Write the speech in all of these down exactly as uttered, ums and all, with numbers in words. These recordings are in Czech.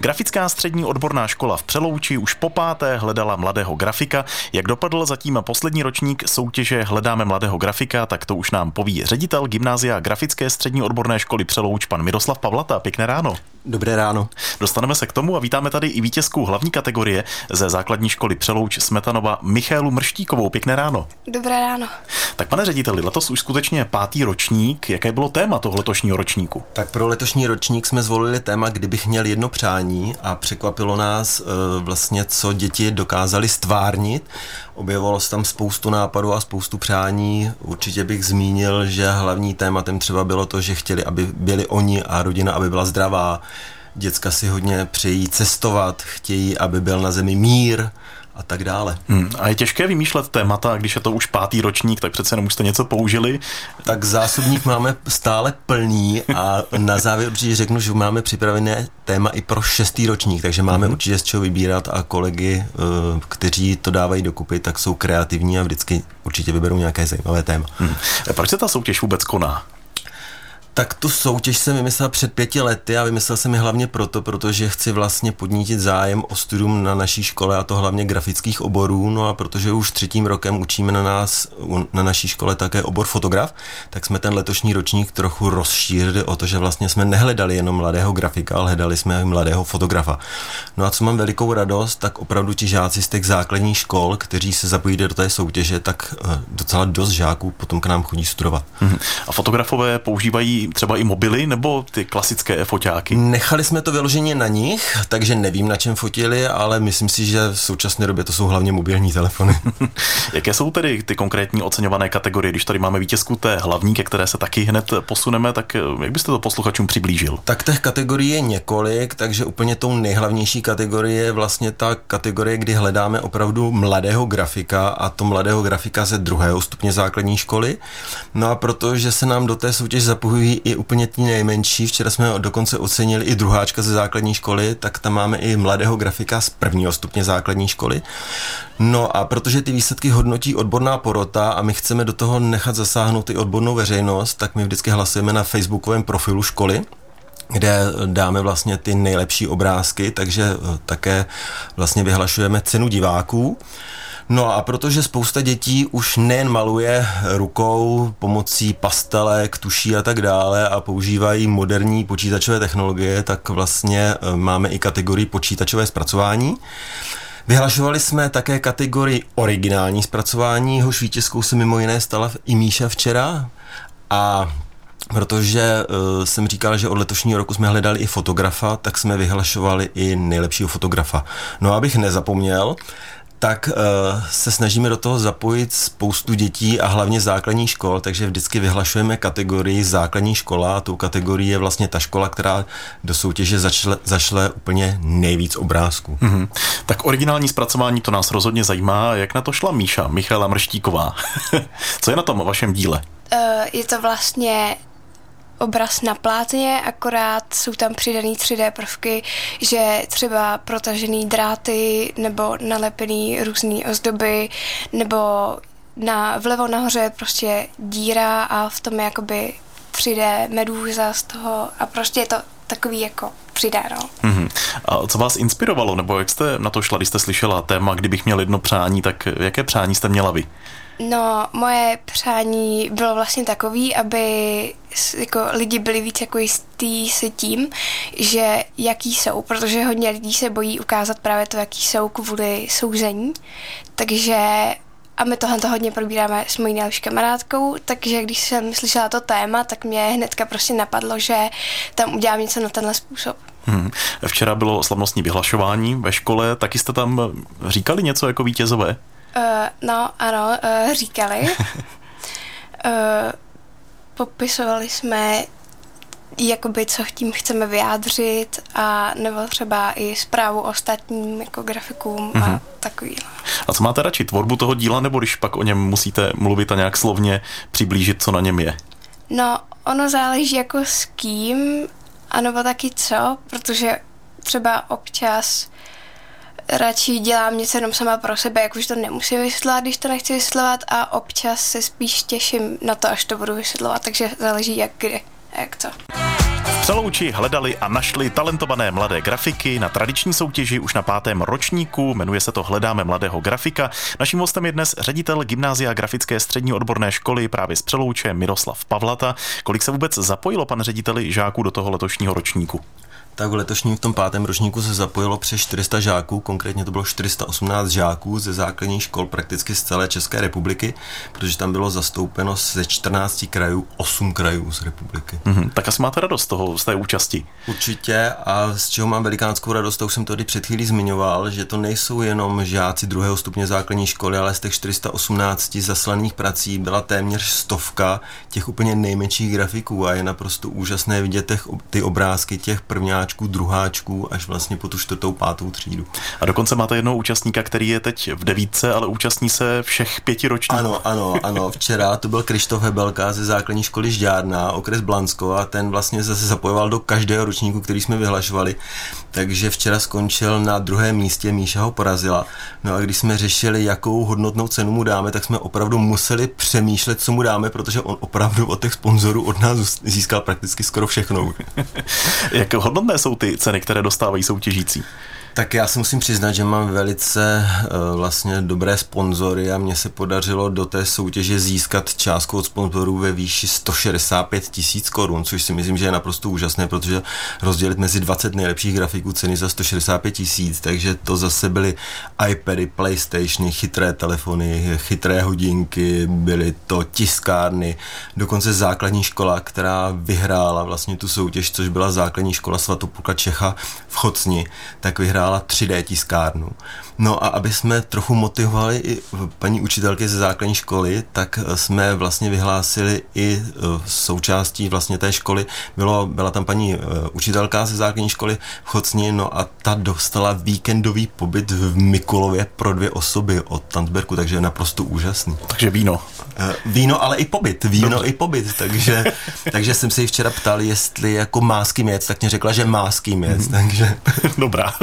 Grafická střední odborná škola v Přelouči už po páté hledala mladého grafika. Jak dopadl zatím poslední ročník soutěže Hledáme mladého grafika, tak to už nám poví ředitel Gymnázia Grafické střední odborné školy Přelouč, pan Miroslav Pavlata. Pěkné ráno. Dobré ráno. Dostaneme se k tomu a vítáme tady i vítězku hlavní kategorie ze základní školy Přelouč Smetanova Michálu Mrštíkovou. Pěkné ráno. Dobré ráno. Tak pane řediteli, letos už skutečně pátý ročník. Jaké bylo téma toho letošního ročníku? Tak pro letošní ročník jsme zvolili téma, kdybych měl jedno přání, a překvapilo nás e, vlastně, co děti dokázali stvárnit. Objevovalo se tam spoustu nápadů a spoustu přání. Určitě bych zmínil, že hlavní tématem třeba bylo to, že chtěli, aby byli oni a rodina, aby byla zdravá. Děcka si hodně přejí cestovat, chtějí, aby byl na zemi mír a tak dále. Hmm, a je těžké vymýšlet témata, když je to už pátý ročník, tak přece jenom už jste něco použili. Tak zásobník máme stále plný a na závěr určitě řeknu, že máme připravené téma i pro šestý ročník, takže máme hmm. určitě z čeho vybírat a kolegy, kteří to dávají dokupy, tak jsou kreativní a vždycky určitě vyberou nějaké zajímavé téma. Hmm. Proč se ta soutěž vůbec koná? Tak tu soutěž jsem vymyslel před pěti lety a vymyslel jsem ji hlavně proto, protože chci vlastně podnítit zájem o studium na naší škole, a to hlavně grafických oborů. No a protože už třetím rokem učíme na nás, na naší škole také obor fotograf, tak jsme ten letošní ročník trochu rozšířili o to, že vlastně jsme nehledali jenom mladého grafika, ale hledali jsme i mladého fotografa. No a co mám velikou radost, tak opravdu ti žáci z těch základních škol, kteří se zapojí do té soutěže, tak docela dost žáků potom k nám chodí studovat. A fotografové používají třeba i mobily nebo ty klasické foťáky? Nechali jsme to vyloženě na nich, takže nevím, na čem fotili, ale myslím si, že v současné době to jsou hlavně mobilní telefony. Jaké jsou tedy ty konkrétní oceňované kategorie? Když tady máme vítězku té hlavní, ke které se taky hned posuneme, tak jak byste to posluchačům přiblížil? Tak těch kategorií je několik, takže úplně tou nejhlavnější kategorie je vlastně ta kategorie, kdy hledáme opravdu mladého grafika, a to mladého grafika ze druhého stupně základní školy. No a protože se nám do té soutěže zapojují i úplně tí nejmenší, včera jsme dokonce ocenili i druháčka ze základní školy, tak tam máme i mladého grafika z prvního stupně základní školy. No a protože ty výsledky hodnotí odborná porota a my chceme do toho nechat zasáhnout i odbornou veřejnost, tak my vždycky hlasujeme na facebookovém profilu školy, kde dáme vlastně ty nejlepší obrázky, takže také vlastně vyhlašujeme cenu diváků. No a protože spousta dětí už nejen maluje rukou pomocí pastelek, tuší a tak dále a používají moderní počítačové technologie, tak vlastně máme i kategorii počítačové zpracování. Vyhlašovali jsme také kategorii originální zpracování, jehož vítězkou se mimo jiné stala i Míša včera, a protože uh, jsem říkal, že od letošního roku jsme hledali i fotografa, tak jsme vyhlašovali i nejlepšího fotografa. No a abych nezapomněl, tak uh, se snažíme do toho zapojit spoustu dětí a hlavně základních škol, takže vždycky vyhlašujeme kategorii základní škola, a tou kategorii je vlastně ta škola, která do soutěže začle, zašle úplně nejvíc obrázků. Mm-hmm. Tak originální zpracování, to nás rozhodně zajímá. Jak na to šla Míša, Michála Mrštíková? Co je na tom vašem díle? Uh, je to vlastně obraz na plátně, akorát jsou tam přidaný tři dé prvky, že třeba protažený dráty nebo nalepený různý ozdoby, nebo na, vlevo nahoře je prostě díra a v tom je jakoby tři dé medúza z toho a prostě je to takový jako přidáno. Mm-hmm. A co vás inspirovalo, nebo jak jste na to šla, když jste slyšela téma, kdybych měl jedno přání, tak jaké přání jste měla vy? No, moje přání bylo vlastně takový, aby jako lidi byli víc jako jistý se tím, že jaký jsou, protože hodně lidí se bojí ukázat právě to, jaký jsou kvůli souzení. Takže a my tohle to hodně probíráme s mojí nejlepší kamarádkou, takže když jsem slyšela to téma, tak mě hnedka prostě napadlo, že tam udělám něco na tenhle způsob. Hmm. Včera bylo slavnostní vyhlašování ve škole, taky jste tam říkali něco jako vítězové? Uh, no, ano, uh, říkali. uh, popisovali jsme, jakoby, co tím chceme vyjádřit, a nebo třeba i zprávu ostatním jako grafikům mm-hmm. a takový. A co máte radši, tvorbu toho díla, nebo když pak o něm musíte mluvit a nějak slovně přiblížit, co na něm je? No, ono záleží jako s kým, anebo taky co, protože třeba občas radši dělám něco jenom sama pro sebe, jakože to nemusím vysvětlovat, když to nechci vysvětlovat, a občas se spíš těším na to, až to budu vysvětlovat, takže záleží jak kdy. jak co. V Přelouči hledali a našli talentované mladé grafiky na tradiční soutěži už na pátém ročníku. Jmenuje se to Hledáme mladého grafika. Naším hostem je dnes ředitel Gymnázia grafické střední odborné školy právě z Přelouče Miroslav Pavlata. Kolik se vůbec zapojilo, pan řediteli, žáků do toho letošního ročníku? Tak v letošním v tom pátém ročníku se zapojilo přes čtyři sta žáků, konkrétně to bylo čtyři sta osmnáct žáků ze základních škol prakticky z celé České republiky, protože tam bylo zastoupeno ze čtrnácti krajů osm krajů z republiky. Mm-hmm. Tak asi máte radost z toho, z té účasti? Určitě, a z čeho mám velikánskou radost, to už jsem tady před chvílí zmiňoval, že to nejsou jenom žáci druhého stupně základní školy, ale z těch čtyři sta osmnáct zaslaných prací byla téměř stovka těch úplně nejmenších grafiků a je naprosto úžasné vidět těch, ty obrázky těch prvňáčků, druháčků až vlastně po tu čtvrtou, pátou třídu. A dokonce máte jednoho účastníka, který je teď v devítce, ale účastní se všech pěti ročníků. Ano, ano, ano. Včera to byl Krištof Hebelka ze základní školy Žďárna, okres Blansko, a ten vlastně zase zapojoval do každého ročníku, který jsme vyhlašovali. Takže včera skončil na druhém místě, Míša ho porazila. No a když jsme řešili, jakou hodnotnou cenu mu dáme, tak jsme opravdu museli přemýšlet, co mu dáme, protože on opravdu od těch sponzorů od nás získal prakticky skoro všechno. Jak hodnotné jsou ty ceny, které dostávají soutěžící? Tak já si musím přiznat, že mám velice uh, vlastně dobré sponzory a mně se podařilo do té soutěže získat částku od sponzorů ve výši sto šedesát pět tisíc korun, což si myslím, že je naprosto úžasné, protože rozdělit mezi dvacet nejlepších grafiků ceny za sto šedesát pět tisíc, takže to zase byly iPady, PlayStationy, chytré telefony, chytré hodinky, byly to tiskárny, dokonce základní škola, která vyhrála vlastně tu soutěž, což byla základní škola Svatopluka Čecha v Chocni, tak vyhrála tři dé tiskárnu. No a aby jsme trochu motivovali i paní učitelky ze základní školy, tak jsme vlastně vyhlásili i součástí vlastně té školy. Bylo, byla tam paní učitelka ze základní školy v Chocni, no a ta dostala víkendový pobyt v Mikulově pro dvě osoby od Tanzberku, takže je naprosto úžasný. Takže víno. Víno, ale i pobyt. Víno Dobře. i pobyt, takže, takže jsem se jí včera ptal, jestli jako má s kým jet, tak mě řekla, že má s kým jet, mm. takže... Dobrá.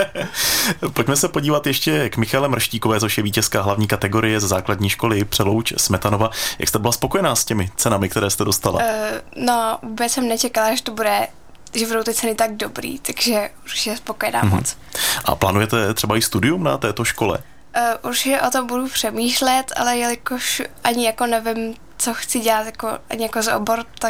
Pojďme se podívat ještě k Michale Mrštíkové, což je vítězka hlavní kategorie ze základní školy Přelouč Smetanova. Jak jste byla spokojená s těmi cenami, které jste dostala? Uh, no, vůbec jsem nečekala, že to bude, že budou ty ceny tak dobrý, takže už je spokojená mm-hmm. moc. A plánujete třeba i studium na této škole? Uh, určitě o tom budu přemýšlet, ale jelikož ani jako nevím, co chci dělat jako, ani jako za obor, tak,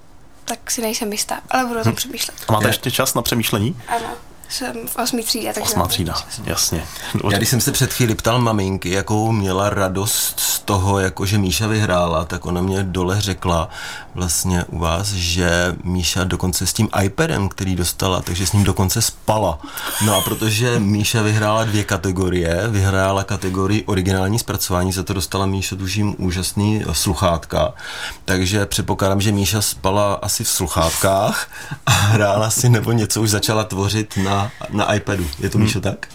tak si nejsem jistá, ale budu o tom hmm. přemýšlet. A máte ještě čas na přemýšlení? Ano. Jsem v osmý třídě, takže... Osmá třída, jasně. Já když jsem se před chvíli ptal maminky, jakou měla radost z toho, jako že Míša vyhrála, tak ona mě dole řekla vlastně u vás, že Míša dokonce s tím iPadem, který dostala, takže s ním dokonce spala. No a protože Míša vyhrála dvě kategorie, vyhrála kategorii originální zpracování, za to dostala Míša, tužím, úžasný sluchátka, takže předpokládám, že Míša spala asi v sluchátkách a hrála si nebo něco už začala tvořit na na iPadu. Je to, Míšo, tak?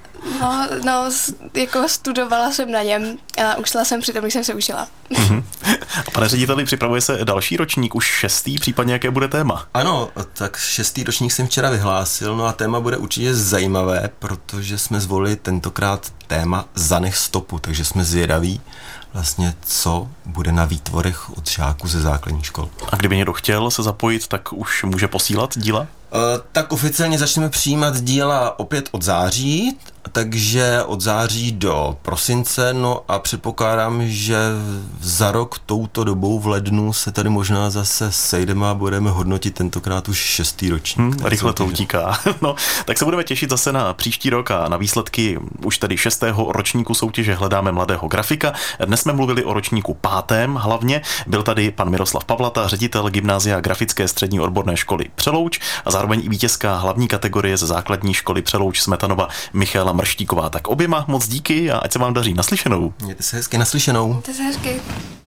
No, no, jako studovala jsem na něm a učila jsem přitom, když jsem se učila. Mm-hmm. A pane řediteli, připravuje se další ročník, už šestý, případně jaké bude téma? Ano, tak šestý ročník jsem včera vyhlásil, no a téma bude určitě zajímavé, protože jsme zvolili tentokrát téma Zanech stopu, takže jsme zvědaví vlastně, co bude na výtvorech od žáků ze základní škol. A kdyby někdo chtěl se zapojit, tak už může posílat díla? Uh, tak oficiálně začneme přijímat díla opět od září, takže od září do prosince, no a předpokládám, že za rok touto dobou v lednu se tady možná zase sejdeme a budeme hodnotit tentokrát už šestý ročník. Hmm, rychle to utíká. No, tak se budeme těšit zase na příští rok a na výsledky už tedy šestého ročníku soutěže Hledáme mladého grafika. Dnes jsme mluvili o ročníku pátém hlavně. Byl tady pan Miroslav Pavlata, ředitel Gymnázia grafické střední odborné školy Přelouč a zároveň i vítězka hlavní kategorie ze základní školy Přelouč Smetanova Michala Mrštíková. Tak oběma moc díky a ať se vám daří. Naslyšenou. Mějte se hezky, naslyšenou. Mějte se hezky.